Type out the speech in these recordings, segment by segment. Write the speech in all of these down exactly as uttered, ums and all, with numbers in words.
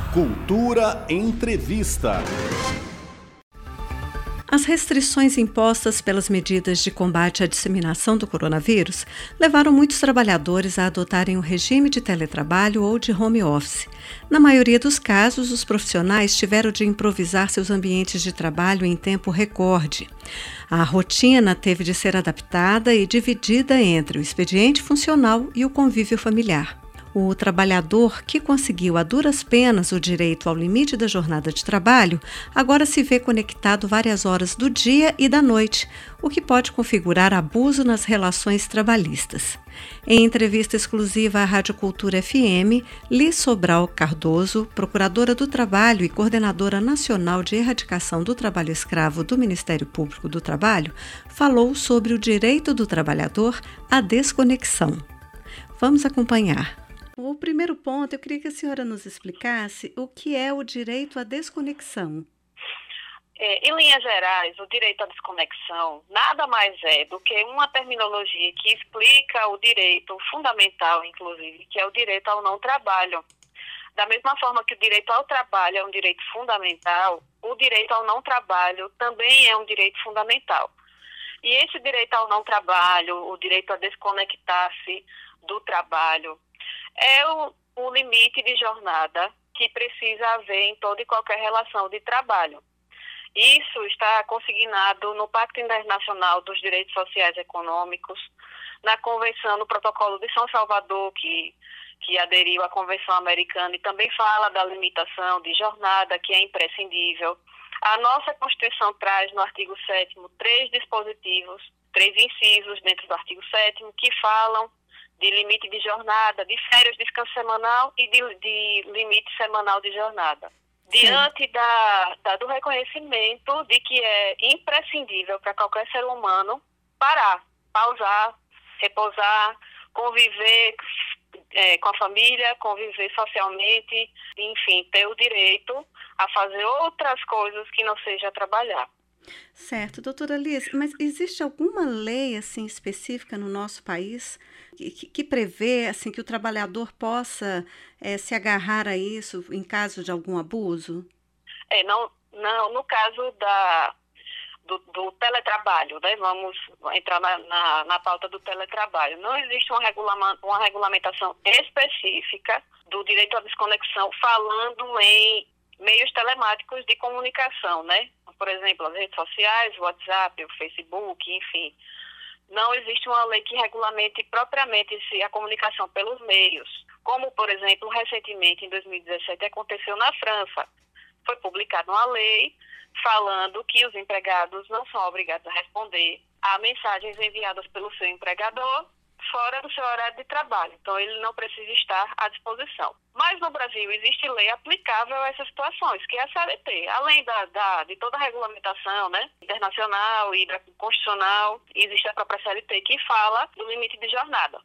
Cultura Entrevista. As restrições impostas pelas medidas de combate à disseminação do coronavírus levaram muitos trabalhadores a adotarem o regime de teletrabalho ou de home office. Na maioria dos casos, os profissionais tiveram de improvisar seus ambientes de trabalho em tempo recorde. A rotina teve de ser adaptada e dividida entre o expediente funcional e o convívio familiar. O trabalhador que conseguiu a duras penas o direito ao limite da jornada de trabalho agora se vê conectado várias horas do dia e da noite, o que pode configurar abuso nas relações trabalhistas. Em entrevista exclusiva à Rádio Cultura F M, Liz Sobral Cardoso, procuradora do Trabalho e coordenadora nacional de erradicação do trabalho escravo do Ministério Público do Trabalho, falou sobre o direito do trabalhador à desconexão. Vamos acompanhar. O primeiro ponto, eu queria que a senhora nos explicasse o que é o direito à desconexão. É, em linhas gerais, o direito à desconexão nada mais é do que uma terminologia que explica o direito fundamental, inclusive, que é o direito ao não trabalho. Da mesma forma que o direito ao trabalho é um direito fundamental, o direito ao não trabalho também é um direito fundamental. E esse direito ao não trabalho, o direito a desconectar-se do trabalho, é o, o limite de jornada que precisa haver em toda e qualquer relação de trabalho. Isso está consignado no Pacto Internacional dos Direitos Sociais e Econômicos, na Convenção, no Protocolo de São Salvador, que, que aderiu à Convenção Americana e também fala da limitação de jornada, que é imprescindível. A nossa Constituição traz no artigo sétimo três dispositivos, três incisos dentro do artigo sétimo, que falam de limite de jornada, de férias, descanso semanal e de, de limite semanal de jornada. Diante da, da, do reconhecimento de que é imprescindível para qualquer ser humano parar, pausar, repousar, conviver é, com a família, conviver socialmente, enfim, ter o direito a fazer outras coisas que não seja trabalhar. Certo, doutora Liz, mas existe alguma lei assim específica no nosso país que, que, que prevê assim, que o trabalhador possa é, se agarrar a isso em caso de algum abuso? É, não, não, no caso da, do, do teletrabalho, né? Vamos entrar na, na, na pauta do teletrabalho. Não existe uma, regulama, uma regulamentação específica do direito à desconexão falando em meios telemáticos de comunicação, né? Por exemplo, as redes sociais, o WhatsApp, o Facebook, enfim. Não existe uma lei que regulamente propriamente a comunicação pelos meios. Como, por exemplo, recentemente, em dois mil e dezessete, aconteceu na França. Foi publicada uma lei falando que os empregados não são obrigados a responder a mensagens enviadas pelo seu empregador fora do seu horário de trabalho. Então, ele não precisa estar à disposição. Mas no Brasil existe lei aplicável a essas situações, que é a C L T. Além da, da, de toda a regulamentação, né, internacional e da constitucional, existe a própria C L T que fala do limite de jornada.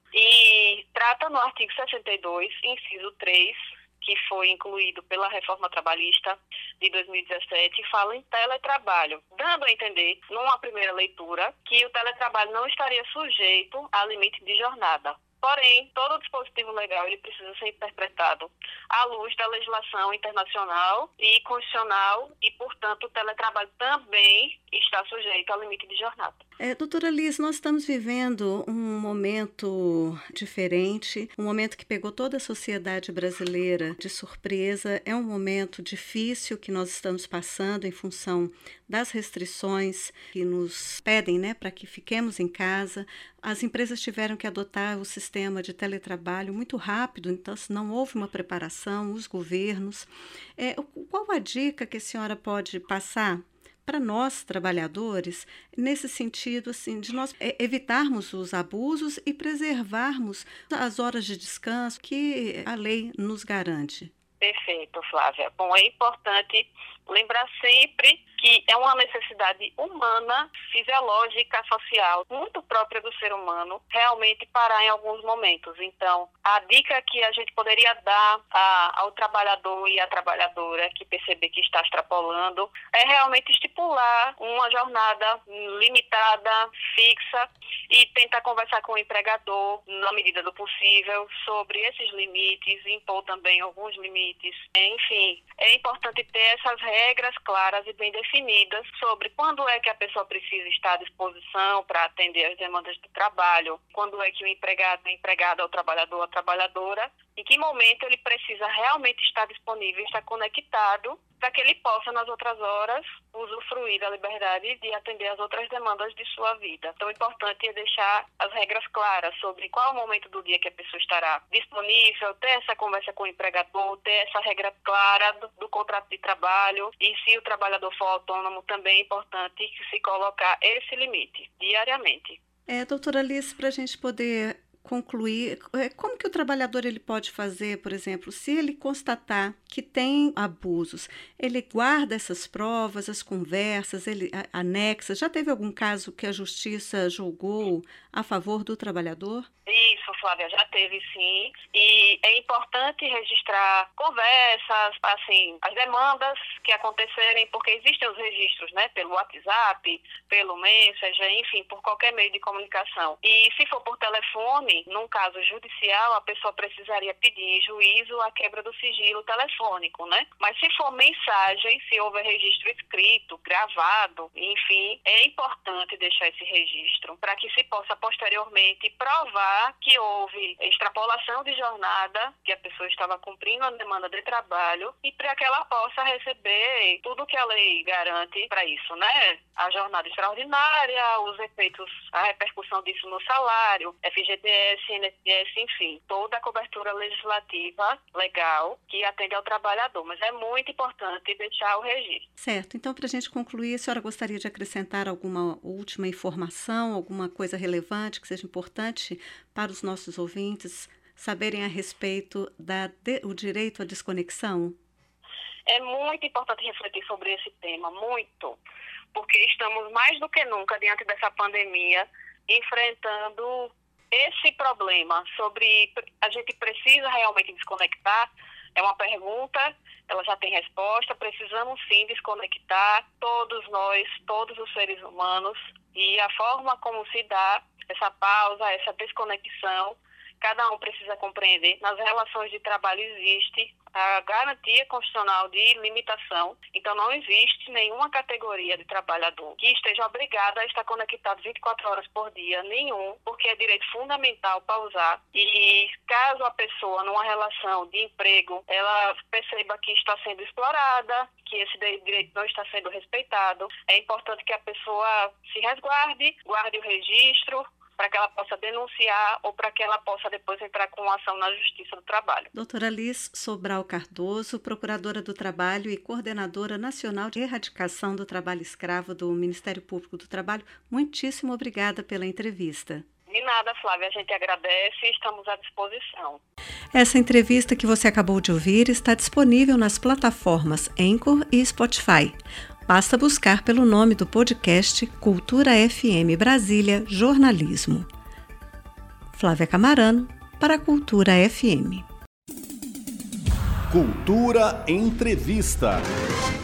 E trata no artigo sessenta e dois, inciso três, que foi incluído pela reforma trabalhista de dois mil e dezessete, fala em teletrabalho, dando a entender, numa primeira leitura, que o teletrabalho não estaria sujeito a limite de jornada. Porém, todo o dispositivo legal ele precisa ser interpretado à luz da legislação internacional e constitucional e, portanto, o teletrabalho também está sujeito ao limite de jornada. É, doutora Liz, nós estamos vivendo um momento diferente, um momento que pegou toda a sociedade brasileira de surpresa. É um momento difícil que nós estamos passando em função das restrições que nos pedem, né, para que fiquemos em casa. As empresas tiveram que adotar o sistema de teletrabalho muito rápido, então não houve uma preparação, os governos. É, qual a dica que a senhora pode passar para nós, trabalhadores, nesse sentido assim, de nós evitarmos os abusos e preservarmos as horas de descanso que a lei nos garante? Perfeito, Flávia. Bom, é importante lembrar sempre que é uma necessidade humana, fisiológica, social, muito própria do ser humano, realmente parar em alguns momentos. Então, a dica que a gente poderia dar a, ao trabalhador e à trabalhadora que perceber que está extrapolando é realmente estipular uma jornada limitada, fixa, e tentar conversar com o empregador, na medida do possível, sobre esses limites, impor também alguns limites. Enfim, é importante ter essas regras claras e bem definidas sobre quando é que a pessoa precisa estar à disposição para atender as demandas do trabalho, quando é que o empregado, a empregada, o trabalhador, a trabalhadora, em que momento ele precisa realmente estar disponível, estar conectado, para que ele possa, nas outras horas, usufruir da liberdade de atender as outras demandas de sua vida. Então, o importante é deixar as regras claras sobre qual é o momento do dia que a pessoa estará disponível, ter essa conversa com o empregador, ter essa regra clara do, do contrato de trabalho, e se o trabalhador for autônomo, também é importante se colocar esse limite, diariamente. É, doutora Alice, para a gente poder concluir, como que o trabalhador ele pode fazer, por exemplo, se ele constatar que tem abusos, ele guarda essas provas, as conversas, ele anexa? Já teve algum caso que a justiça julgou a favor do trabalhador? Isso, Flávia, já teve sim, e é importante registrar conversas, assim, as demandas que acontecerem, porque existem os registros, né, pelo WhatsApp, pelo Messenger, enfim, por qualquer meio de comunicação. E se for por telefone, num caso judicial, a pessoa precisaria pedir em juízo a quebra do sigilo telefônico, né? Mas se for mensagem, se houver registro escrito, gravado, enfim, é importante deixar esse registro para que se possa posteriormente provar que houve extrapolação de jornada, que a pessoa estava cumprindo a demanda de trabalho, e para que ela possa receber tudo que a lei garante para isso, né? A jornada extraordinária, os efeitos, a repercussão disso no salário, F G T S, I N S S, enfim, toda a cobertura legislativa legal que atende ao trabalhador. Mas é muito importante deixar o registro. Certo. Então, para a gente concluir, a senhora gostaria de acrescentar alguma última informação, alguma coisa relevante que seja importante para os nossos ouvintes saberem a respeito da de, o direito à desconexão? É muito importante refletir sobre esse tema, muito, porque estamos mais do que nunca diante dessa pandemia enfrentando esse problema sobre a gente precisa realmente desconectar. É uma pergunta, ela já tem resposta, precisamos sim desconectar, todos nós, todos os seres humanos, e a forma como se dá essa pausa, essa desconexão, cada um precisa compreender. Nas relações de trabalho existe a garantia constitucional de limitação, então não existe nenhuma categoria de trabalhador que esteja obrigada a estar conectado vinte e quatro horas por dia, nenhum, porque é direito fundamental pausar. E caso a pessoa, numa relação de emprego, ela perceba que está sendo explorada, que esse direito não está sendo respeitado, é importante que a pessoa se resguarde, guarde o registro, para que ela possa denunciar ou para que ela possa depois entrar com ação na Justiça do Trabalho. Doutora Alice Sobral Cardoso, Procuradora do Trabalho e Coordenadora Nacional de Erradicação do Trabalho Escravo do Ministério Público do Trabalho, muitíssimo obrigada pela entrevista. De nada, Flávia, a gente agradece e estamos à disposição. Essa entrevista que você acabou de ouvir está disponível nas plataformas Anchor e Spotify. Basta buscar pelo nome do podcast Cultura F M Brasília Jornalismo. Flávia Camarano, para a Cultura F M. Cultura Entrevista.